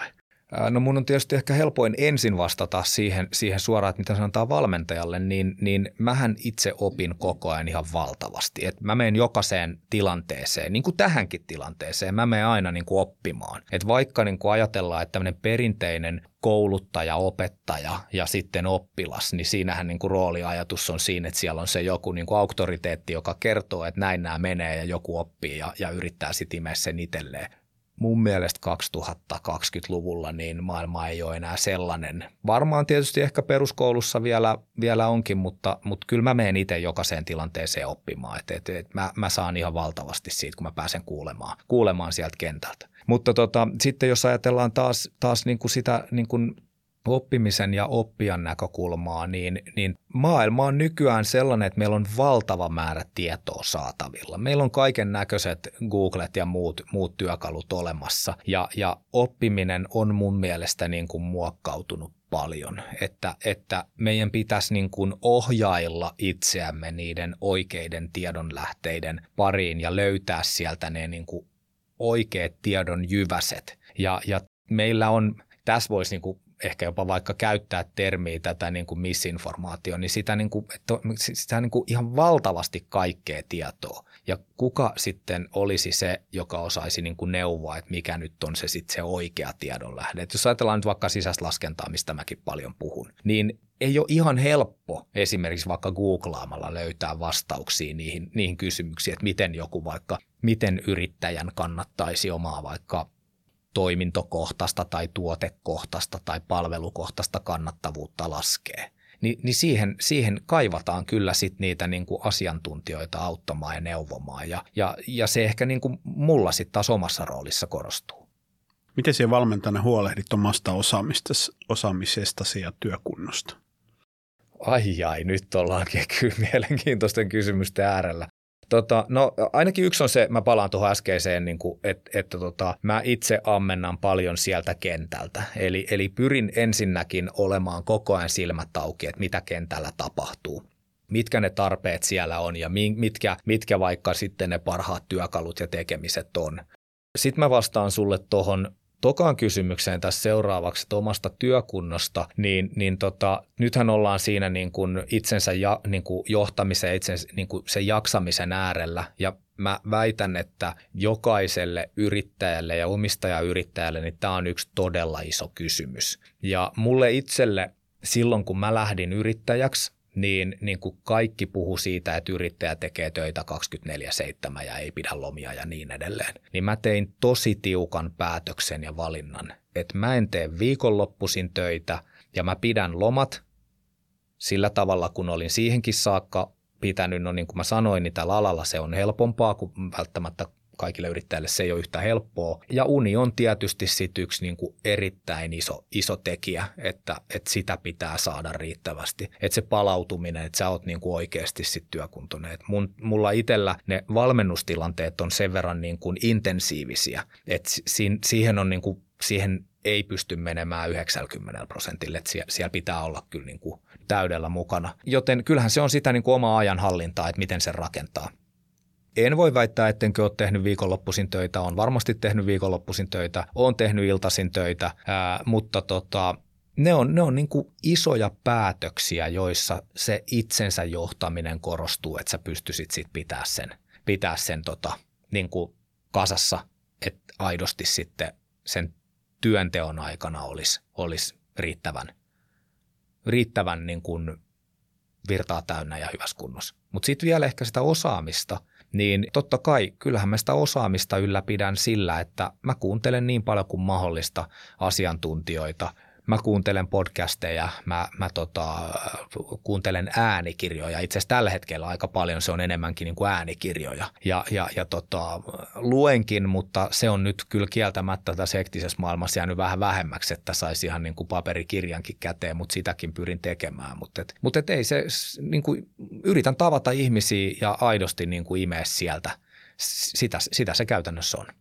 No mun on tietysti ehkä helpoin ensin vastata siihen, siihen suoraan, että mitä sanotaan valmentajalle, niin, niin mähän itse opin koko ajan ihan valtavasti. Et mä menen jokaiseen tilanteeseen, niin kuin tähänkin tilanteeseen, mä menen aina niin kuin oppimaan. Et vaikka niin kuin ajatellaan, että tämmöinen perinteinen kouluttaja, opettaja ja sitten oppilas, niin siinähän niin kuin rooliajatus on siinä, että siellä on se joku niin kuin auktoriteetti, joka kertoo, että näin nämä menee ja joku oppii ja, ja yrittää sitten imeä sen itselleen. Mun mielestä kaksituhattakaksikymmentäluvulla niin maailma ei ole enää sellainen. Varmaan tietysti ehkä peruskoulussa vielä, vielä onkin, mutta, mutta kyllä mä menen itse jokaiseen tilanteeseen oppimaan. Et, et, et mä, mä saan ihan valtavasti siitä, kun mä pääsen kuulemaan, kuulemaan sieltä kentältä. Mutta tota, sitten jos ajatellaan taas, taas niin kuin sitä niin kuin oppimisen ja oppijan näkökulmaa, niin, niin maailma on nykyään sellainen, että meillä on valtava määrä tietoa saatavilla. Meillä on kaiken näköiset Googlet ja muut, muut työkalut olemassa ja, ja oppiminen on mun mielestä niin kuin muokkautunut paljon, että, että meidän pitäisi niin kuin ohjailla itseämme niiden oikeiden tiedonlähteiden pariin ja löytää sieltä ne niin kuin oikeat tiedon jyväset. Ja, ja meillä on, tässä voisi niin kuin ehkä jopa vaikka käyttää termiä tätä niin kuin misinformaatio, niin sitä, niin kuin, että sitä niin kuin ihan valtavasti kaikkea tietoa. Ja kuka sitten olisi se, joka osaisi niin kuin neuvoa, että mikä nyt on se sitten se oikea tiedonlähde. Että jos ajatellaan nyt vaikka sisäislaskentaa, mistä mäkin paljon puhun, niin ei ole ihan helppo esimerkiksi vaikka googlaamalla löytää vastauksia niihin, niihin kysymyksiin, että miten joku vaikka, miten yrittäjän kannattaisi omaa vaikka toimintokohtaista tai tuotekohtaista tai palvelukohtaista kannattavuutta laskee. Ni, niin siihen, siihen kaivataan kyllä sit niitä niin kuin asiantuntijoita auttamaan ja neuvomaan ja, ja, ja se ehkä niin kuin mulla sitten taas omassa roolissa korostuu. Miten sinä valmentajana huolehdit omasta osaamisestasi ja työkunnosta? Ai ai, nyt ollaankin kyllä mielenkiintoisten kysymysten äärellä. Tota, no ainakin yksi on se, mä palaan tuohon äskeiseen, niin kuin, että, että tota, mä itse ammennan paljon sieltä kentältä. Eli, eli pyrin ensinnäkin olemaan koko ajan silmät auki, että mitä kentällä tapahtuu. Mitkä ne tarpeet siellä on ja mitkä, mitkä vaikka sitten ne parhaat työkalut ja tekemiset on. Sitten mä vastaan sulle tuohon tokaan kysymykseen tässä seuraavaksi omasta työkunnosta, niin, niin tota, nythän ollaan siinä niin kuin itsensä ja, niin kuin johtamisen ja itsensä, niin kuin sen jaksamisen äärellä ja mä väitän, että jokaiselle yrittäjälle ja omistajayrittäjälle niin tämä on yksi todella iso kysymys. Ja mulle itselle silloin, kun mä lähdin yrittäjäksi, niin, niin kuin kaikki puhu siitä, että yrittäjä tekee töitä kaksikymmentäneljä seitsemän ja ei pidä lomia ja niin edelleen. Niin mä tein tosi tiukan päätöksen ja valinnan, että mä en tee viikonloppuisin töitä ja mä pidän lomat sillä tavalla, kun olin siihenkin saakka pitänyt. No niin kuin mä sanoin, niin tällä alalla se on helpompaa kuin välttämättä kaikille yrittäjille se ei ole yhtä helppoa. Ja uni on tietysti sit yksi niin kuin erittäin iso, iso tekijä, että, että sitä pitää saada riittävästi. Että se palautuminen, että sä oot niin kuin oikeasti sit työkuntoinen. Et mun, mulla itsellä ne valmennustilanteet on sen verran niin kuin intensiivisiä, että si, siihen, on niin kuin, siihen ei pysty menemään yhdeksänkymmentä prosentille, että siellä, siellä pitää olla kyllä niin kuin täydellä mukana. Joten kyllähän se on sitä niin kuin omaa ajanhallintaa, että miten se rakentaa. En voi väittää, ettenkö ole tehnyt viikonloppuisin töitä, olen varmasti tehnyt viikonloppuisin töitä, olen tehnyt iltaisin töitä, ää, mutta tota, ne on, ne on niin kuin isoja päätöksiä, joissa se itsensä johtaminen korostuu, että sä pystyisit sit pitää sen, pitää sen tota, niin kuin kasassa, että aidosti sitten sen työnteon aikana olisi, olisi riittävän, riittävän niin kuin virtaa täynnä ja hyvässä kunnossa. Mutta sitten vielä ehkä sitä osaamista. Niin totta kai, kyllähän mä sitä osaamista ylläpidän sillä, että mä kuuntelen niin paljon kuin mahdollista asiantuntijoita. Mä kuuntelen podcasteja, mä, mä tota, kuuntelen äänikirjoja. Itse asiassa tällä hetkellä aika paljon se on enemmänkin niin kuin äänikirjoja. Ja, ja, ja tota, luenkin, mutta se on nyt kyllä kieltämättä tässä hektisessä maailmassa jäänyt vähän vähemmäksi, että saisi ihan niin kuin paperikirjankin käteen, mutta sitäkin pyrin tekemään. Mutta et, mutta et ei se, niin kuin, yritän tavata ihmisiä ja aidosti niin kuin imeä sieltä. Sitä, sitä se käytännössä on.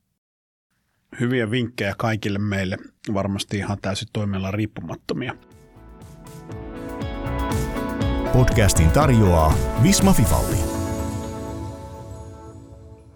Hyviä vinkkejä kaikille meille, varmasti ihan täysin toimialan riippumattomia. Podcastin tarjoaa Visma Fifalli.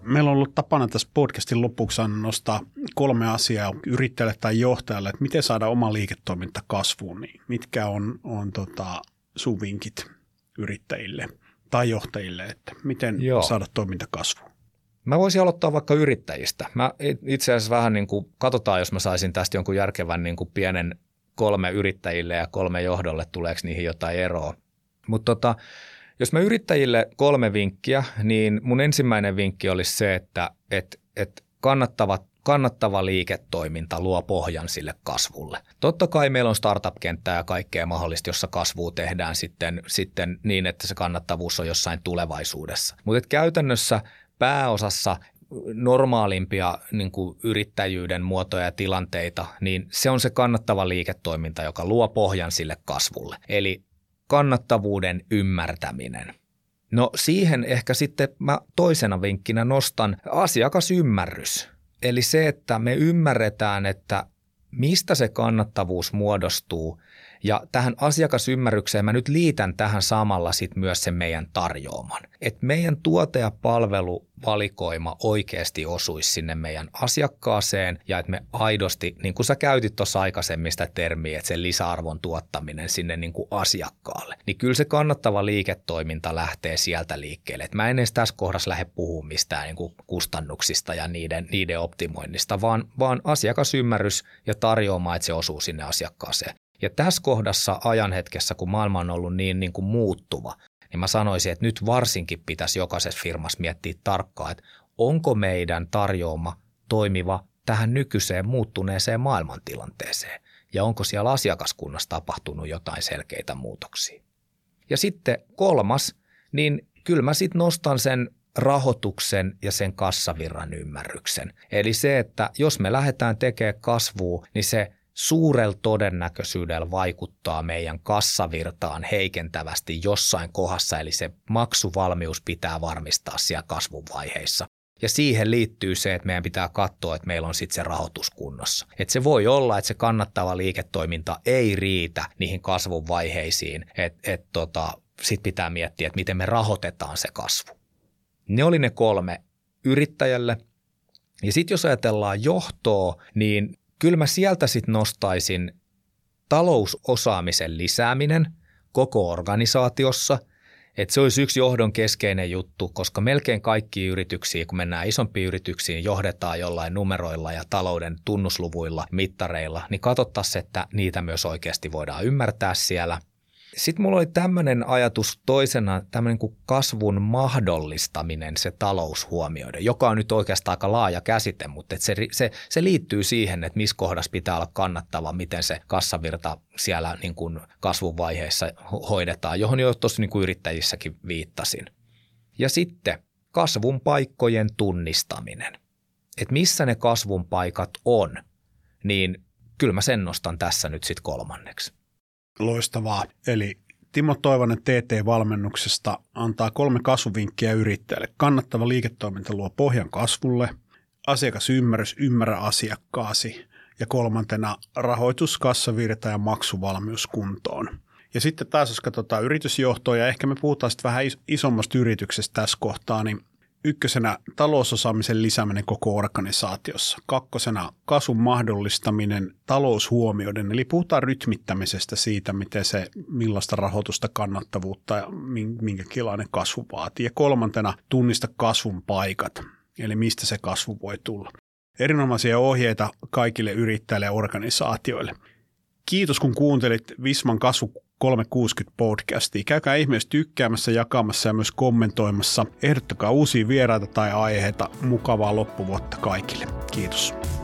Meillä on ollut tapana tässä podcastin lopuksi nostaa kolme asiaa yrittäjälle tai johtajalle, että miten saada oma liiketoiminta kasvuun. Niin mitkä on, on tota, sun vinkit yrittäjille tai johtajille, että miten Joo. saada toiminta kasvuun? Mä voisin aloittaa vaikka yrittäjistä. Mä itse asiassa vähän niin kuin, katsotaan, jos mä saisin tästä jonkun järkevän niin kuin pienen kolme yrittäjille ja kolme johdolle, tuleeko niihin jotain eroa. Mutta tota, jos mä yrittäjille kolme vinkkiä, niin mun ensimmäinen vinkki olisi se, että et, et kannattava, kannattava liiketoiminta luo pohjan sille kasvulle. Totta kai meillä on startup-kenttää ja kaikkea mahdollista, jossa kasvua tehdään sitten, sitten niin, että se kannattavuus on jossain tulevaisuudessa. Mutta käytännössä pääosassa normaalimpia niin kuin yrittäjyyden muotoja ja tilanteita, niin se on se kannattava liiketoiminta, joka luo pohjan sille kasvulle. Eli kannattavuuden ymmärtäminen. No siihen ehkä sitten mä toisena vinkkinä nostan asiakasymmärrys. Eli se, että me ymmärretään, että mistä se kannattavuus muodostuu. Ja tähän asiakasymmärrykseen mä nyt liitän tähän samalla sit myös sen meidän tarjoaman. Että meidän tuote- ja palveluvalikoima oikeasti osuisi sinne meidän asiakkaaseen ja että me aidosti, niin kuin sä käytit tuossa aikaisemmin sitä termiä, että sen lisäarvon tuottaminen sinne niin kuin asiakkaalle. Niin kyllä se kannattava liiketoiminta lähtee sieltä liikkeelle. Et mä en edes tässä kohdassa lähde puhumaan mistään niin kuin kustannuksista ja niiden, niiden optimoinnista, vaan, vaan asiakasymmärrys ja tarjoama, että se osuu sinne asiakkaaseen. Ja tässä kohdassa ajanhetkessä, kun maailma on ollut niin, niin kuin muuttuva, niin mä sanoisin, että nyt varsinkin pitäisi jokaisessa firmassa miettiä tarkkaan, että onko meidän tarjoama toimiva tähän nykyiseen muuttuneeseen maailmantilanteeseen ja onko siellä asiakaskunnassa tapahtunut jotain selkeitä muutoksia. Ja sitten kolmas, niin kyllä mä sitten nostan sen rahoituksen ja sen kassavirran ymmärryksen. Eli se, että jos me lähdetään tekemään kasvua, niin se suurella todennäköisyydellä vaikuttaa meidän kassavirtaan heikentävästi jossain kohdassa, eli se maksuvalmius pitää varmistaa siellä kasvun vaiheissa. Ja siihen liittyy se, että meidän pitää katsoa, että meillä on sitten se rahoitus kunnossa. Että se voi olla, että se kannattava liiketoiminta ei riitä niihin kasvun vaiheisiin, että et tota, sitten pitää miettiä, että miten me rahoitetaan se kasvu. Ne oli ne kolme yrittäjälle. Ja sitten jos ajatellaan johtoa, niin kyllä mä sieltä sitten nostaisin talousosaamisen lisääminen koko organisaatiossa, että se olisi yksi johdon keskeinen juttu, koska melkein kaikki yrityksiä, kun mennään isompiin yrityksiin, johdetaan jollain numeroilla ja talouden tunnusluvuilla, mittareilla, niin katsottaisiin, että niitä myös oikeasti voidaan ymmärtää siellä. Sitten mulla oli tämmöinen ajatus toisena, tämmöinen kuin kasvun mahdollistaminen, se talous huomioiden, joka on nyt oikeastaan aika laaja käsite, mutta se, se, se liittyy siihen, että missä kohdassa pitää olla kannattava, miten se kassavirta siellä niin kuin kasvun vaiheessa hoidetaan, johon jo tuossa niin kuin yrittäjissäkin viittasin. Ja sitten kasvun paikkojen tunnistaminen, että missä ne kasvun paikat on, niin kyllä mä sen nostan tässä nyt sitten kolmanneksi. Loistavaa. Eli Timo Toivonen T T-valmennuksesta antaa kolme kasvuvinkkiä yrittäjälle. Kannattava liiketoiminta luo pohjan kasvulle, asiakasymmärrys, ymmärrä asiakkaasi ja kolmantena rahoitus, kassavirta ja maksuvalmius kuntoon. Ja sitten taas jos katsotaan yritysjohtoa ja ehkä me puhutaan sitten vähän isommasta yrityksestä tässä kohtaa, niin ykkösenä talousosaamisen lisääminen koko organisaatiossa. Kakkosena kasvun mahdollistaminen taloushuomioiden, eli puhutaan rytmittämisestä siitä, miten se, millaista rahoitusta, kannattavuutta ja minkälainen kasvu vaatii. Ja kolmantena tunnista kasvun paikat, eli mistä se kasvu voi tulla. Erinomaisia ohjeita kaikille yrittäjille ja organisaatioille. Kiitos kun kuuntelit Visman kasvu kolmesataakuusikymmentä podcastia. Käykää ihmeessä tykkäämässä, jakamassa ja myös kommentoimassa. Ehdottakaa uusia vieraita tai aiheita. Mukavaa loppuvuotta kaikille. Kiitos.